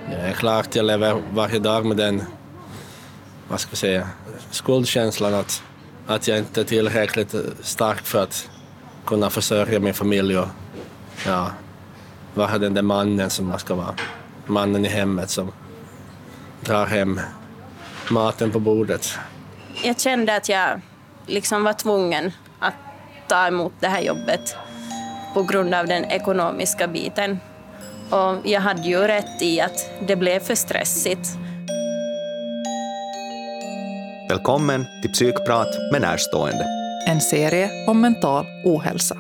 är klart jag lever varje dag med den, vad ska jag säga, skuldkänslan att jag inte är tillräckligt stark för att kunna försörja min familj och vara den där mannen som man ska vara. Mannen i hemmet som drar hem maten på bordet. Jag kände att jag liksom var tvungen att ta emot det här jobbet på grund av den ekonomiska biten. Och jag hade ju rätt i att det blev för stressigt. Välkommen till Psykprat med närstående. En serie om mental ohälsa.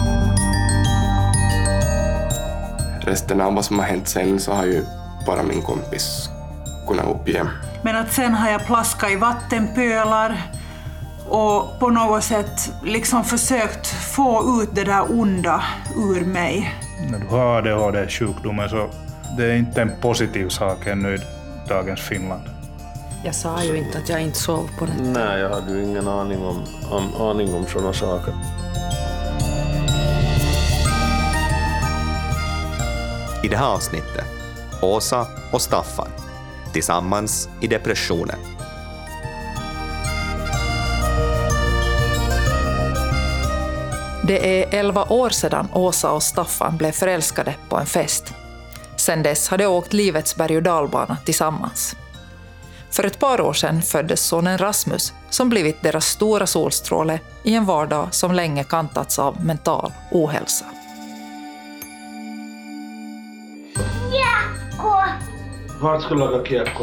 Resten av vad som har hänt sen så har ju bara min kompis kunnat uppge. Men att sen har jag plaskat i vattenpölar och på något sätt liksom försökt få ut det där onda ur mig. När du har ADHD-sjukdomen så det är inte en positiv sak ännu i dagens Finland. Jag sa ju inte att jag inte sov på nätterna. Nej, jag hade ju ingen aning om sådana saker. I det här avsnittet, Åsa och Staffan, tillsammans i depressionen. Det är 11 år sedan Åsa och Staffan blev förälskade på en fest. Sen dess har de åkt livets berg- och dalbana tillsammans. För ett par år sedan föddes sonen Rasmus som blivit deras stora solstråle i en vardag som länge kantats av mental ohälsa. Kiekko! Vart ska du laga kiekko?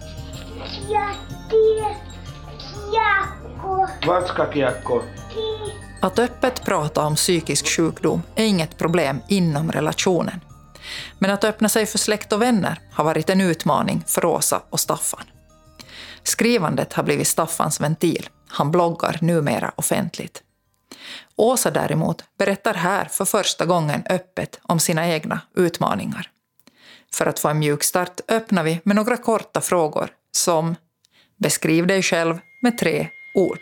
Kiekko! Vart ska kiekko? Att öppet prata om psykisk sjukdom är inget problem inom relationen. Men att öppna sig för släkt och vänner har varit en utmaning för Åsa och Staffan. Skrivandet har blivit Staffans ventil. Han bloggar numera offentligt. Åsa däremot berättar här för första gången öppet om sina egna utmaningar. För att få en mjuk start öppnar vi med några korta frågor som: beskriv dig själv med 3 ord.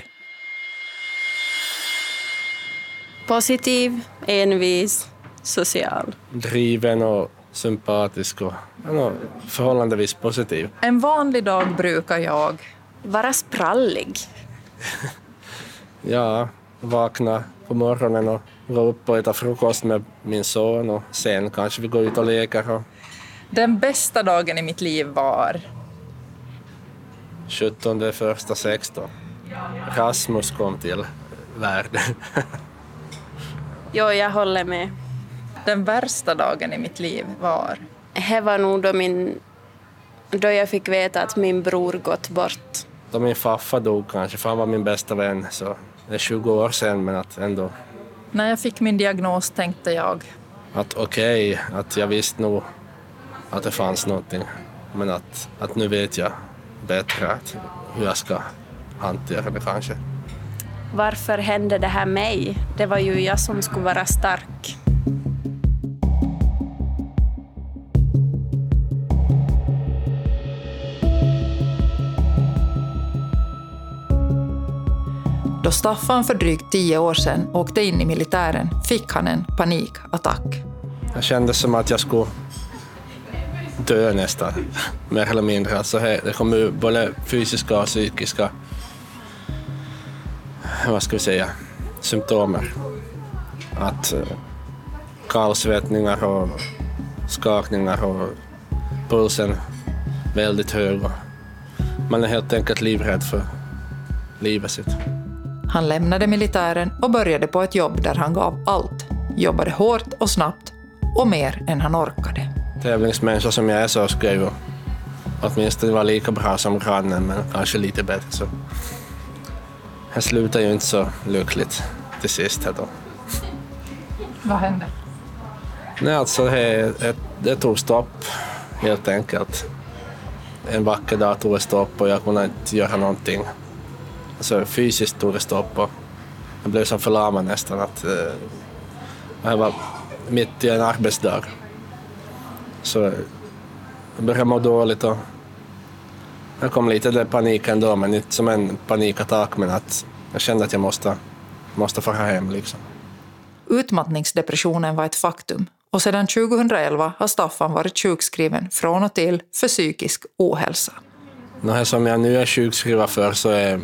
Positiv, envis, social. Driven och sympatisk och förhållandevis positiv. En vanlig dag brukar jag Vara sprallig. Ja, vakna på morgonen och gå upp och äta frukost med min son och sen kanske vi går ut och leker. Den bästa dagen i mitt liv var 17/1/16. Rasmus kom till världen. Jo, jag håller med. Den värsta dagen i mitt liv var Det var nog då jag fick veta att min bror gått bort. Då min farfar dog kanske, för han var min bästa vän. Så det är 20 år sedan, men att ändå. När jag fick min diagnos tänkte jag Att att jag visste nog att det fanns någonting. Men att nu vet jag bättre hur jag ska hantera det kanske. Varför hände det här mig? Det var ju jag som skulle vara stark. Då Staffan för drygt 10 år sedan åkte in i militären fick han en panikattack. Jag kände som att jag skulle dö nästan, mer eller mindre. Alltså, det kom ju både fysiska och psykiska symptomer. Att kallsvettningar och skakningar och pulsen väldigt hög. Man är helt enkelt livrädd för livet sitt. Han lämnade militären och började på ett jobb där han gav allt. Jobbade hårt och snabbt och mer än han orkade. Tävlingsmänniska som jag är så ska jag ju åtminstone vara lika bra som grannen, men kanske lite bättre. Så jag slutar ju inte så lyckligt till sist här då. Vad hände? Nej, alltså det tog stopp helt enkelt. En vacker dag tog det stopp och jag kunde inte göra någonting. Alltså fysiskt tog det stopp och jag blev som förlamad nästan. Att jag var mitt i en arbetsdag. Så jag började må dåligt och jag kom lite där paniken då, men inte som en panikattack, men att jag kände att jag måste fara hem liksom. Utmattningsdepressionen var ett faktum Och sedan 2011 har Staffan varit sjukskriven från och till för psykisk ohälsa. Det som jag nu är sjukskriven för så är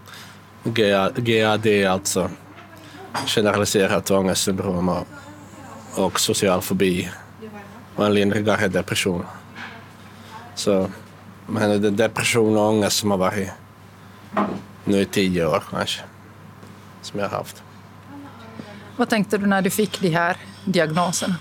GAD, alltså generaliserat ångestsyndrom och social fobi och en lindrigare depression. Så men det är depression och ångest som har varit nu i 10 år kanske, som jag har haft. Vad tänkte du när du fick de här diagnoserna?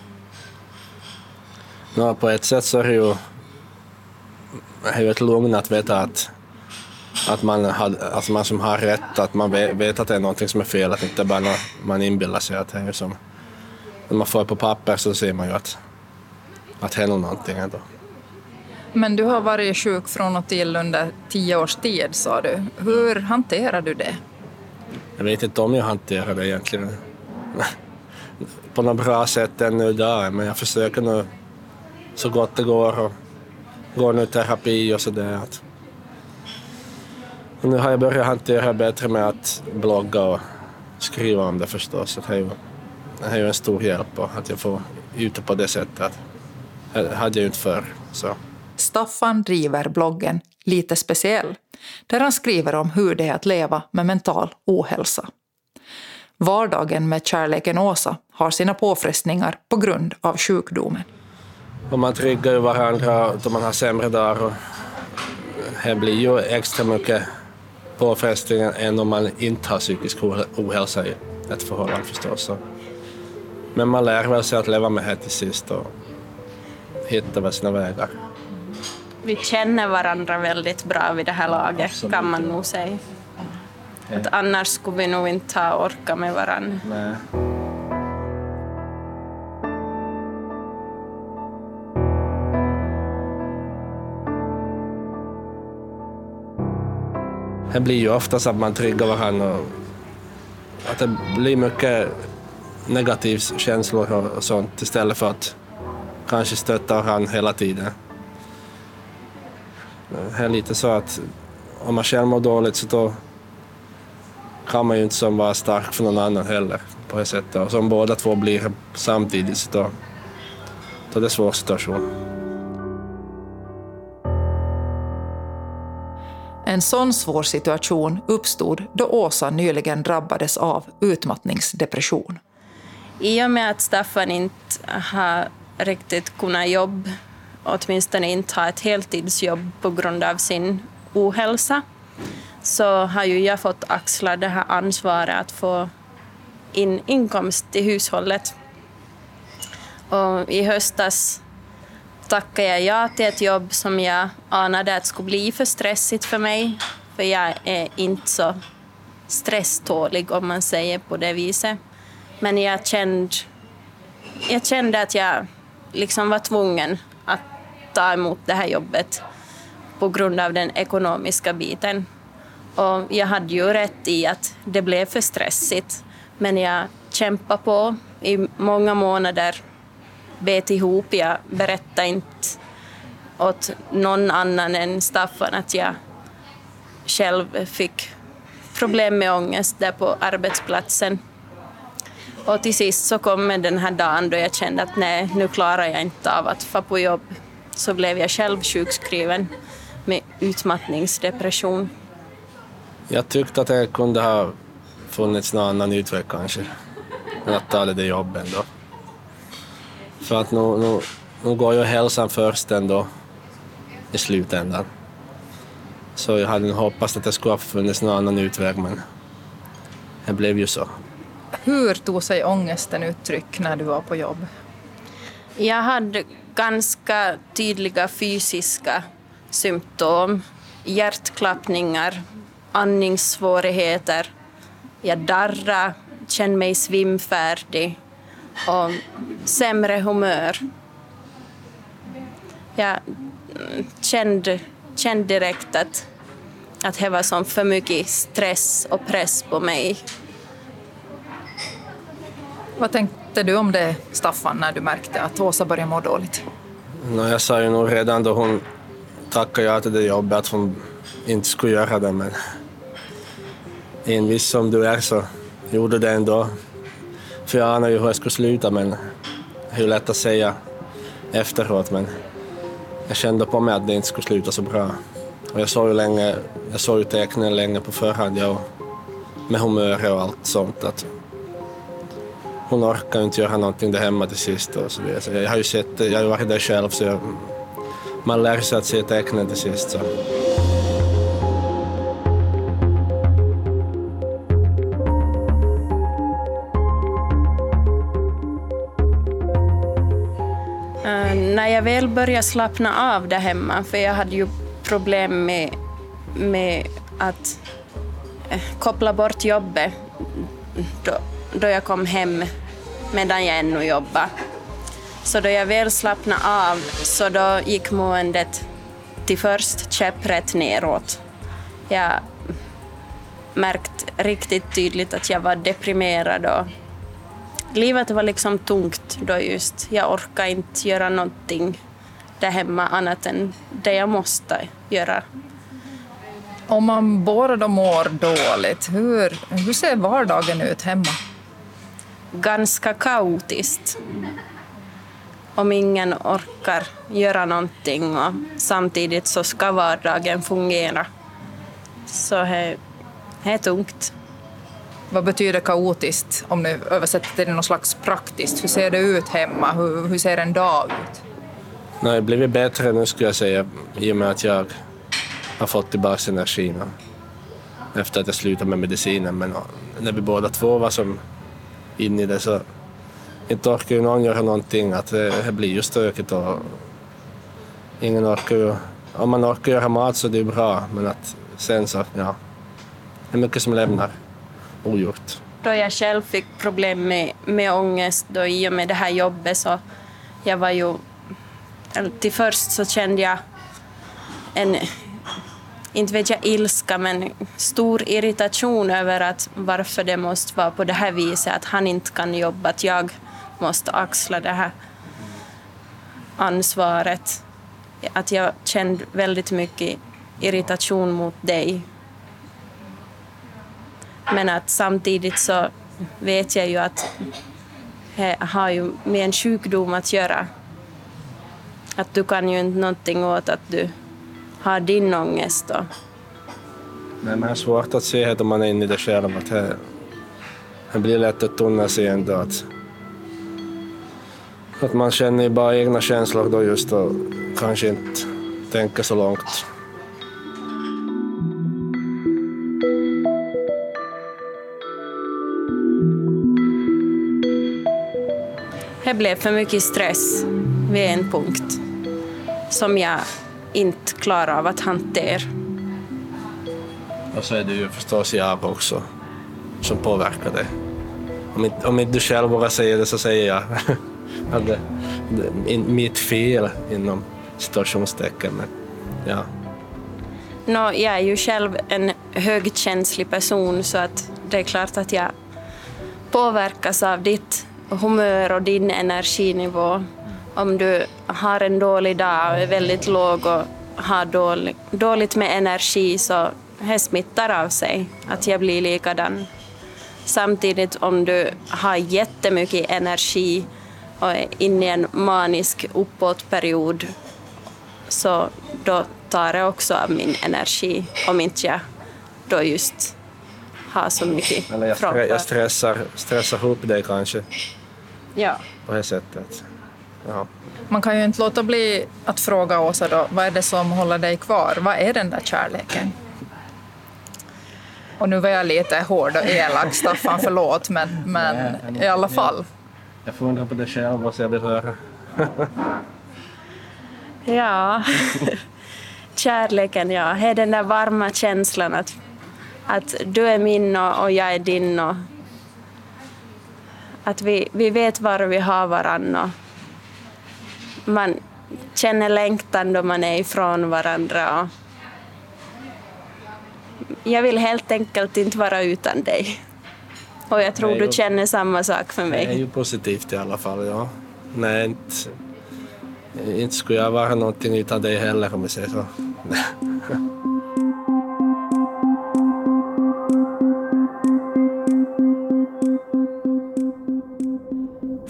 På ett sätt så är det ju ett lugn att veta att man som har rätt, att man vet att det är någonting som är fel, att inte bara man inbillar sig att det är som när man får på papper så ser man ju att det är någonting ändå. Men du har varit sjuk från och till under 10 års tid, sa du. Hur hanterar du det? Jag vet inte om jag hanterar det egentligen på något bra sätt ännu idag, men jag försöker nu så gott det går och går nu terapi och sådär. Och nu har jag börjat hantera bättre med att blogga och skriva om det förstås. Det är ju en stor hjälp och att jag får ute på det sättet. Det hade jag ju inte förr. Så. Staffan driver bloggen Lite speciell, där han skriver om hur det är att leva med mental ohälsa. Vardagen med kärleken Åsa har sina påfrestningar på grund av sjukdomen. Och man triggar ju varandra då man har sämre dagar. Och det blir ju extra mycket påfrestningar än om man inte har psykisk ohälsa i ett förhållande förstås. Men man lär väl sig att leva med det till sist och hitta väl sina vägar. Vi känner varandra väldigt bra vid det här laget, kan man nog säga. Att annars skulle vi nog inte ha orkat med varandra. Nej. Det blir ju oftast att man triggar varandra och att det blir mycket negativa känslor och sånt istället för att kanske stötta varandra hela tiden. Det är lite så att om man själv mår dåligt så då kan man ju inte som vara stark för någon annan heller på det sättet. Och som båda två blir samtidigt så då är det en svår situation. En sån svår situation uppstod då Åsa nyligen drabbades av utmattningsdepression. I och med att Staffan inte har riktigt kunnat jobba, åtminstone inte ha ett heltidsjobb på grund av sin ohälsa, så har ju jag fått axla det här ansvaret att få in inkomst till hushållet. Och i höstas tackade jag ja till ett jobb som jag anade att skulle bli för stressigt för mig. För jag är inte så stresstålig om man säger på det viset. Men jag kände att jag liksom var tvungen att ta emot det här jobbet på grund av den ekonomiska biten. Och jag hade ju rätt i att det blev för stressigt. Men jag kämpade på i många månader, bet ihop. Jag berättade inte åt någon annan än Staffan att jag själv fick problem med ångest där på arbetsplatsen. Och till sist så kom den här dagen då jag kände att nej, nu klarar jag inte av att få på jobb. Så blev jag själv sjukskriven med utmattningsdepression. Jag tyckte att det kunde ha funnits någon annan utväg kanske. Än att ta det jobbet ändå. För att nu går ju hälsan först ändå i slutändan. Så jag hade hoppats att det skulle ha funnits någon annan utväg, men det blev ju så. Hur tog sig ångesten uttryck när du var på jobb? Jag hade ganska tydliga fysiska symptom. Hjärtklappningar, andningssvårigheter. Jag darrade, kände mig svimfärdig och sämre humör. Jag kände direkt att det var som för mycket stress och press på mig. Vad tänkte du om det, Staffan, när du märkte att Åsa började må dåligt? Jag sa ju nog redan då hon tackade ja till det jobbet att hon inte skulle göra det, men envis som du är så gjorde det ändå. För jag anade ju hur jag skulle sluta, men hur lätt att säga efteråt, men jag kände på mig att det inte skulle sluta så bra. Och jag såg ju tecknen länge på förhand, med humör och allt sånt, att hon orkar inte göra någonting där hemma till sist och så vidare. Så jag har ju sett det, jag har ju varit där själv, så man lär sig att se tecknen till sist. Så. När jag väl började slappna av där hemma, för jag hade ju problem med att koppla bort jobbet då jag kom hem medan jag ännu jobbade. Så då jag väl slappnade av, så då gick måendet till först käpprätt neråt. Jag märkte riktigt tydligt att jag var deprimerad och livet var liksom tungt då just. Jag orkade inte göra någonting där hemma annat än det jag måste göra. Om man båda mår dåligt, hur ser vardagen ut hemma? Ganska kaotiskt. Om ingen orkar göra någonting och samtidigt så ska vardagen fungera. Så det är tungt. Vad betyder kaotiskt om ni översätter till något slags praktiskt? Hur ser det ut hemma? Hur ser en dag ut? Det har blivit bättre nu, skulle jag säga, i och med att jag har fått tillbaka energin efter att jag slutade med medicinen. Men när vi båda två var som inne i det, så inte orkar ju någon göra någonting. Att det blir ju stökigt och ingen orkar ju. Om man orkar göra mat så det är bra, men att sen så, ja, det är mycket som lämnar ogjort. Då jag själv fick problem med ångest då i och med det här jobbet, så jag var ju, till först så kände jag inte vet jag ilska, men stor irritation över att varför det måste vara på det här viset, att han inte kan jobba, att jag måste axla det här ansvaret. Att jag kände väldigt mycket irritation mot dig. Men att samtidigt så vet jag ju att det har ju med en sjukdom att göra. Att du kan ju inte någonting åt att du har din ångest då. Men det är svårt att se att om man är inne i det själv. Att det blir lätt att tunna sig ändå. Att man känner bara egna känslor då just och kanske inte tänker så långt. Det blev för mycket stress vid en punkt som jag inte klarar av att hantera. Och så är det ju förstås jag också som påverkar det. Om inte du själv vågar säga det, så säger jag att det är mitt fel inom situationstecken. Men, ja. Jag är ju själv en högkänslig person, så att det är klart att jag påverkas av ditt humör och din energinivå. Om du har en dålig dag och är väldigt låg och har dåligt med energi, så det smittar av sig att jag blir likadan. Samtidigt om du har jättemycket energi och är inne i en manisk uppåtperiod, så då tar det också av min energi, om inte jag då just har så mycket. Eller jag stressar ihop det kanske. Ja. På det sättet. Ja. Man kan ju inte låta bli att fråga Åsa då, vad är det som håller dig kvar? Vad är den där kärleken? Och nu var jag lite hård och elak, Staffan, förlåt, men i alla fall. Jag funderar på det själv och så jag vill höra. Ja, kärleken, ja. Det är den där varma känslan att du är min och jag är din. Och att vi vet var vi har varandra. Man känner längtan då man är ifrån varandra. Jag vill helt enkelt inte vara utan dig. Och jag tror du känner samma sak för mig. Det är ju positivt i alla fall, ja. Nej, inte skulle jag vara någonting utan dig heller, om vi säger så.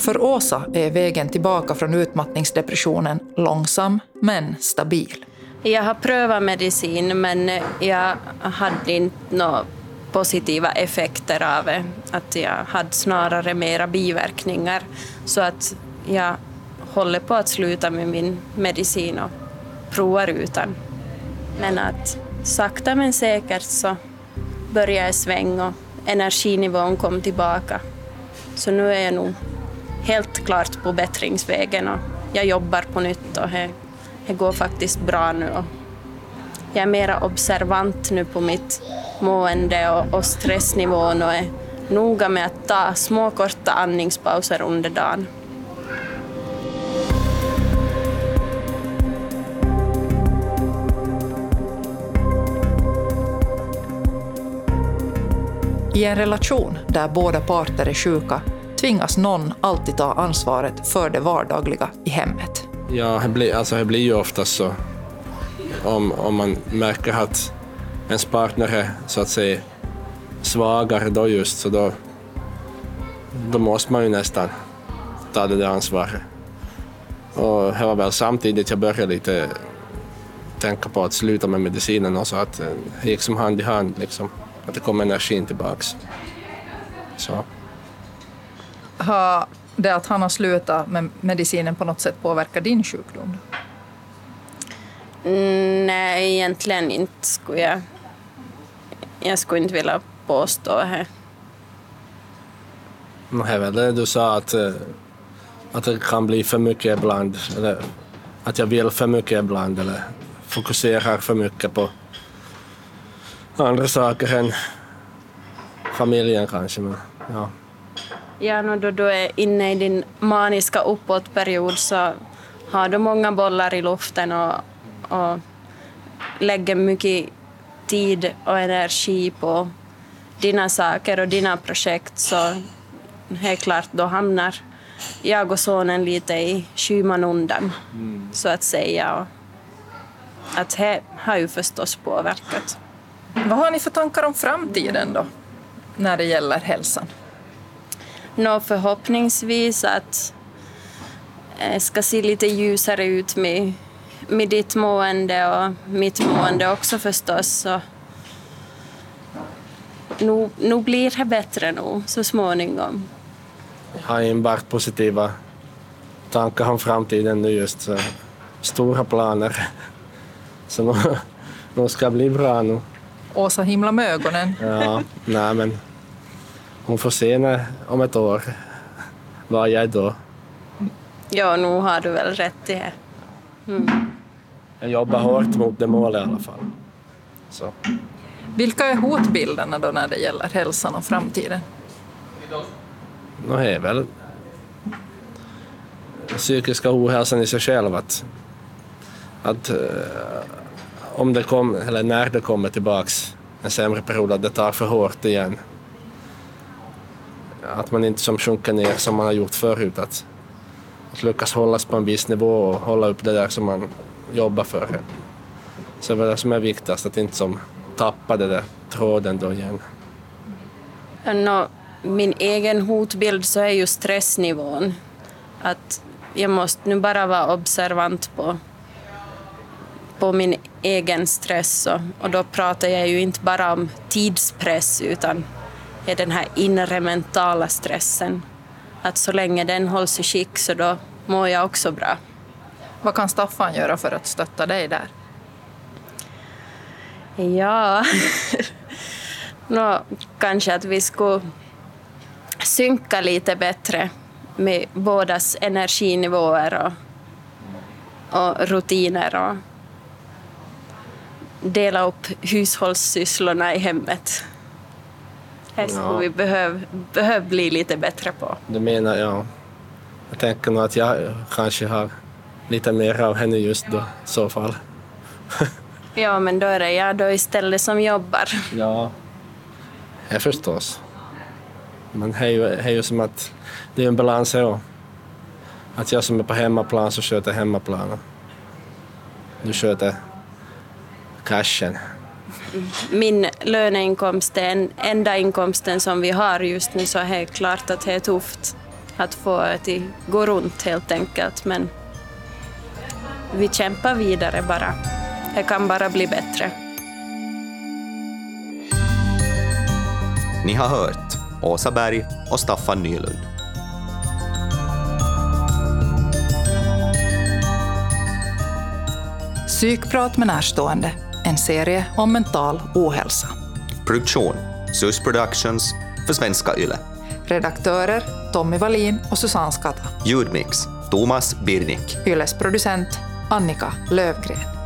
För Åsa är vägen tillbaka från utmattningsdepressionen långsam men stabil. Jag har prövat medicin men jag hade inte några positiva effekter av det. Att jag hade snarare mera biverkningar. Så att jag håller på att sluta med min medicin och provar utan. Men att sakta men säkert så började jag svänga och energinivån kom tillbaka. Så nu är jag nog helt klart på bättringsvägen och jag jobbar på nytt och det går faktiskt bra nu. Och jag är mera observant nu på mitt mående och stressnivån och är noga med att ta små korta andningspauser under dagen. I en relation där båda parter är sjuka tvingas någon alltid ta ansvaret för det vardagliga i hemmet. Ja, det blir ju ofta så. Om man märker att ens partner är så att säga svagare då just, så då måste man ju nästan ta det där ansvaret. Och det var väl samtidigt jag började lite tänka på att sluta med medicinen och så att det gick som hand i hand liksom. Att det kom energin tillbaks. Så. Har det att han har slutat med medicinen på något sätt påverkat din sjukdom? Nej, egentligen inte skulle jag skulle inte vilja påstå det. Det är väl det du sa att det kan bli för mycket ibland. Eller att jag vill för mycket ibland. Eller fokuserar för mycket på andra saker än familjen kanske. Men, ja. Ja, då du är inne i din maniska uppåtperiod så har du många bollar i luften och lägger mycket tid och energi på dina saker och dina projekt, så helt klart då hamnar jag och sonen lite i skymundan så att säga. Och att det har ju förstås påverkat. Vad har ni för tankar om framtiden då när det gäller hälsan? Förhoppningsvis att det ska se lite ljusare ut med ditt mående och mitt mående också förstås. Så nu blir det bättre nu så småningom. Jag har enbart positiva tankar om framtiden nu just. Så stora planer. Så nu ska det bli bra nu. Åsa himla med ögonen. Ja, nej men hon får se om ett år vad jag är då. Ja, nu har du väl rätt i det. Jag jobbar hårt mot det målet i alla fall. Så. Vilka är hotbilderna då när det gäller hälsan och framtiden? Det är väl psykiska ohälsan i sig själv. Att om det eller när det kommer tillbaks en sämre period, att det tar för hårt igen. Att man inte som sjunker ner som man har gjort förut. Att lyckas hållas på en viss nivå och hålla upp det där som man jobbar för. Så det är det som är viktigast, att inte som tappa det där tråden då igen. Min egen hotbild så är ju stressnivån. Att jag måste nu bara vara observant på min egen stress. Och då pratar jag ju inte bara om tidspress utan är den här inre mentala stressen. Att så länge den hålls i skick så då mår jag också bra. Vad kan Staffan göra för att stötta dig där? Ja, kanske att vi skulle synka lite bättre med bådas energinivåer och rutiner och dela upp hushållssysslorna i hemmet. Det skulle vi behöva bli lite bättre på. Du menar, ja. Jag tänker nog att jag kanske har lite mer av henne just då, i så fall. Ja, men då är det jag då istället som jobbar. Ja, jag förstås. Men det är ju som att det är en balans här. Att jag som är på hemmaplan så sköter hemmaplanen. Du sköter cashen. Min löneinkomst är den enda inkomsten som vi har just nu, så är det klart att det är tufft att få det att gå runt helt enkelt. Men vi kämpar vidare bara. Det kan bara bli bättre. Ni har hört Åsa Berg och Staffan Nylund. Psykprat med närstående, en serie om mental ohälsa. Produktion SUS Productions för Svenska Yle. Redaktörer Tommy Wallin och Susanne Skatta. Ljudmix Thomas Birnik. Yles producent Annika Lövgren.